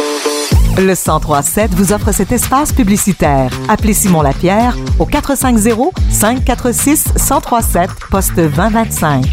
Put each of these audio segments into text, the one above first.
Le 103.7 vous offre cet espace publicitaire. Appelez Simon Lapierre au 450-546-1037, poste 2025.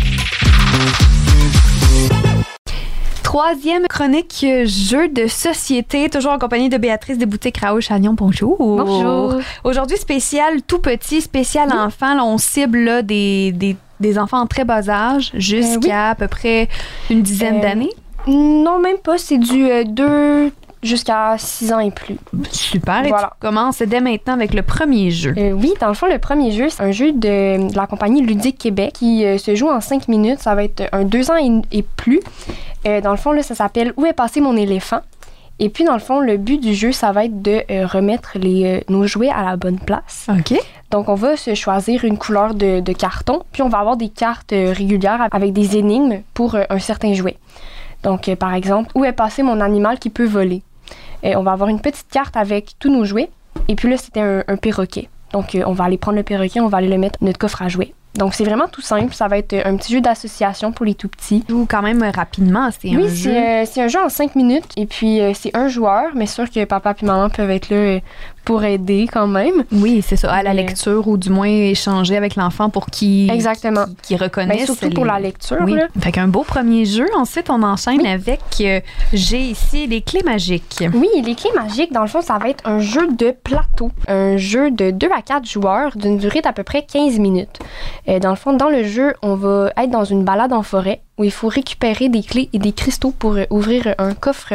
Troisième chronique, jeu de société, toujours en compagnie de Béatrice des boutiques Raoult-Chagnon. Bonjour. Bonjour. Aujourd'hui, spécial tout petit, spécial enfant. Là, on cible là, des enfants en très bas âge jusqu'à à peu près une dizaine d'années. Non, même pas. C'est du 2 jusqu'à 6 ans et plus. Super. Et tu commences dès maintenant avec le premier jeu. Oui, dans le fond, le premier jeu, c'est un jeu de la compagnie Ludique Québec qui se joue en 5 minutes. Ça va être un 2 ans et plus. Dans le fond, là, ça s'appelle « Où est passé mon éléphant ?» Et puis, dans le fond, le but du jeu, ça va être de remettre nos jouets à la bonne place. OK. Donc, on va se choisir une couleur de carton, puis on va avoir des cartes régulières avec des énigmes pour un certain jouet. Donc, par exemple, « Où est passé mon animal qui peut voler ?» On va avoir une petite carte avec tous nos jouets. Et puis là, c'était un perroquet. Donc, on va aller prendre le perroquet, on va aller le mettre dans notre coffre à jouets. Donc, c'est vraiment tout simple. Ça va être un petit jeu d'association pour les tout-petits. Ou quand même rapidement, c'est un jeu. Oui, c'est un jeu en 5 minutes. Et puis, c'est un joueur, mais sûr que papa et maman peuvent être là pour aider quand même. Oui, c'est ça, à la lecture ou du moins échanger avec l'enfant pour qu'il reconnaisse. Surtout pour la lecture. Oui. Là. Fait qu'un beau premier jeu. Ensuite, on enchaîne avec, j'ai ici les clés magiques. Oui, les clés magiques, dans le fond, ça va être un jeu de plateau. Un jeu de 2 à 4 joueurs d'une durée d'à peu près 15 minutes. Dans le fond, dans le jeu, on va être dans une balade en forêt où il faut récupérer des clés et des cristaux pour ouvrir un coffre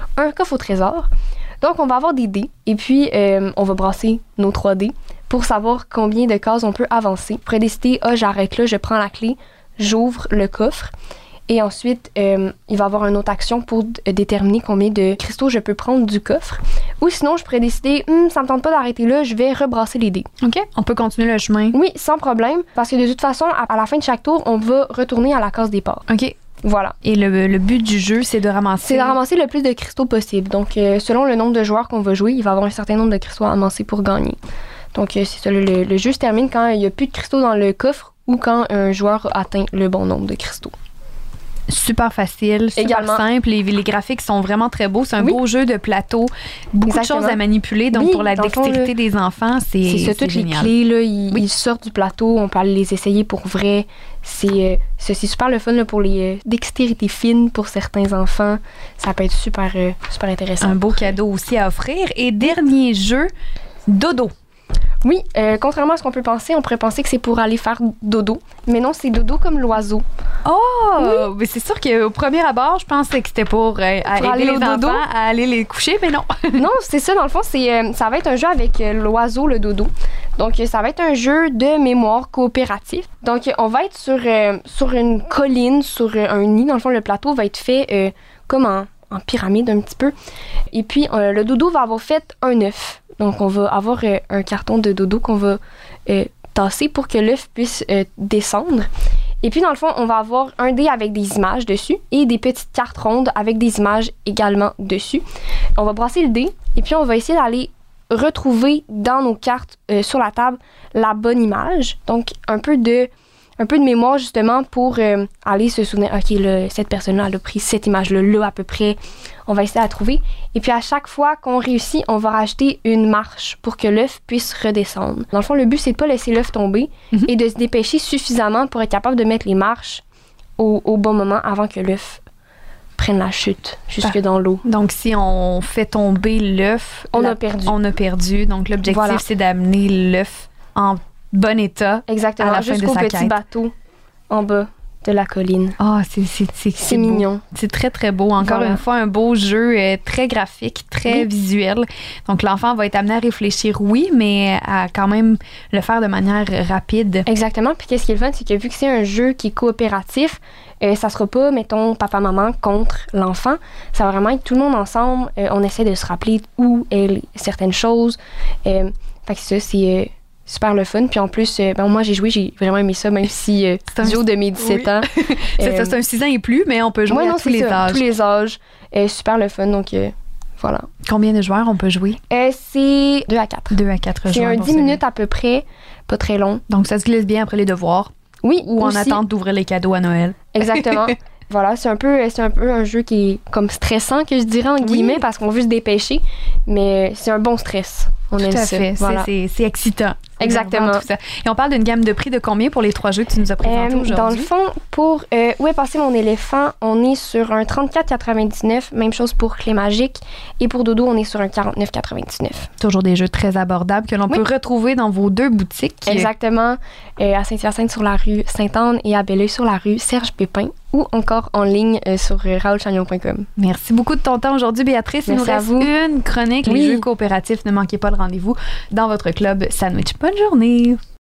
au trésor. Donc, on va avoir des dés et puis on va brasser nos 3 dés pour savoir combien de cases on peut avancer. On pourrait décider, j'arrête là, je prends la clé, j'ouvre le coffre et ensuite, il va y avoir une autre action pour déterminer combien de cristaux je peux prendre du coffre. Ou sinon, je pourrais décider, ça me tente pas d'arrêter là, je vais rebrasser les dés. OK, on peut continuer le chemin. Oui, sans problème, parce que de toute façon, à la fin de chaque tour, on va retourner à la case départ. OK. Voilà. Et le but du jeu, c'est de ramasser... C'est de ramasser le plus de cristaux possible. Donc, selon le nombre de joueurs qu'on va jouer, il va y avoir un certain nombre de cristaux à amasser pour gagner. Donc, c'est ça. Le jeu se termine quand il n'y a plus de cristaux dans le coffre ou quand un joueur atteint le bon nombre de cristaux. Super facile, super simple. Les graphiques sont vraiment très beaux. C'est un beau jeu de plateau. Beaucoup de choses à manipuler. Donc, pour la dextérité des enfants, c'est ça, toutes génial. Les clés, là, ils sortent du plateau. On peut aller les essayer pour vrai. C'est super le fun là, pour les dextérités fines pour certains enfants. Ça peut être super intéressant. Un beau cadeau aussi à offrir. Et dernier jeu, dodo. Oui, contrairement à ce qu'on peut penser, on pourrait penser que c'est pour aller faire dodo. Mais non, c'est dodo comme l'oiseau. Oh! Mais c'est sûr qu'au premier abord, je pensais que c'était pour aider les enfants à aller les coucher, mais non. Non, c'est ça, dans le fond, ça va être un jeu avec l'oiseau, le dodo. Donc, ça va être un jeu de mémoire coopératif. Donc, on va être sur une colline, sur un nid. Dans le fond, le plateau va être fait comme en pyramide un petit peu. Et puis, le dodo va avoir fait un œuf. Donc, on va avoir un carton de dodo qu'on va tasser pour que l'œuf puisse descendre. Et puis, dans le fond, on va avoir un dé avec des images dessus et des petites cartes rondes avec des images également dessus. On va brasser le dé et puis on va essayer d'aller retrouver dans nos cartes sur la table la bonne image. Donc, un peu de mémoire, justement, pour aller se souvenir, OK, là, cette personne-là, elle a pris cette image-là, à peu près. On va essayer de la trouver. Et puis, à chaque fois qu'on réussit, on va rajouter une marche pour que l'œuf puisse redescendre. Dans le fond, le but, c'est de pas laisser l'œuf tomber et de se dépêcher suffisamment pour être capable de mettre les marches au bon moment avant que l'œuf prenne la chute jusque dans l'eau. Donc, si on fait tomber l'œuf, on a perdu. Donc, l'objectif, c'est d'amener l'œuf en bon état. Exactement, à la fin jusqu'au de sa petit quête. Bateau en bas de la colline. Ah, c'est mignon. C'est très, très beau. Encore une fois, un beau jeu très graphique, très visuel. Donc, l'enfant va être amené à réfléchir, oui, mais à quand même le faire de manière rapide. Exactement. Puis, qu'est-ce qui est le fun, c'est que vu que c'est un jeu qui est coopératif, ça sera pas, mettons, papa-maman contre l'enfant. Ça va vraiment être tout le monde ensemble. On essaie de se rappeler où est certaines choses. Fait que ça, c'est... super le fun. Puis en plus, moi, j'ai vraiment aimé ça, même si c'est un jeu de mes 17 ans. C'est ça, c'est un 6 ans et plus, mais on peut jouer à tous les âges. Tous les âges. Super le fun, donc voilà. Combien de joueurs on peut jouer? C'est 2 à 4. 2 à 4 joueurs. C'est un 10 minutes à peu près, pas très long. Donc, ça se glisse bien après les devoirs. Oui, ou aussi. en attente d'ouvrir les cadeaux à Noël. Exactement. Voilà, c'est un peu un jeu qui est comme stressant, que je dirais, en guillemets, parce qu'on veut se dépêcher, mais c'est un bon stress. On aime ça. Tout à fait. Voilà. C'est excitant. Exactement. Tout ça. Et on parle d'une gamme de prix de combien pour les 3 jeux que tu nous as présentés aujourd'hui? Dans le fond, pour Où est passé mon éléphant, on est sur un 34,99. Même chose pour Clé magique. Et pour Dodo, on est sur un 49,99. Toujours des jeux très abordables que l'on peut retrouver dans vos 2 boutiques. Exactement. À Saint-Hyacinthe sur la rue Sainte-Anne et à Belleuil sur la rue Serge Pépin, ou encore en ligne sur raoulchagnon.com. Merci beaucoup de ton temps aujourd'hui, Béatrice. Il nous reste une chronique, les jeux coopératifs. Ne manquez pas le rendez-vous dans votre club Sandwich. Bonne journée!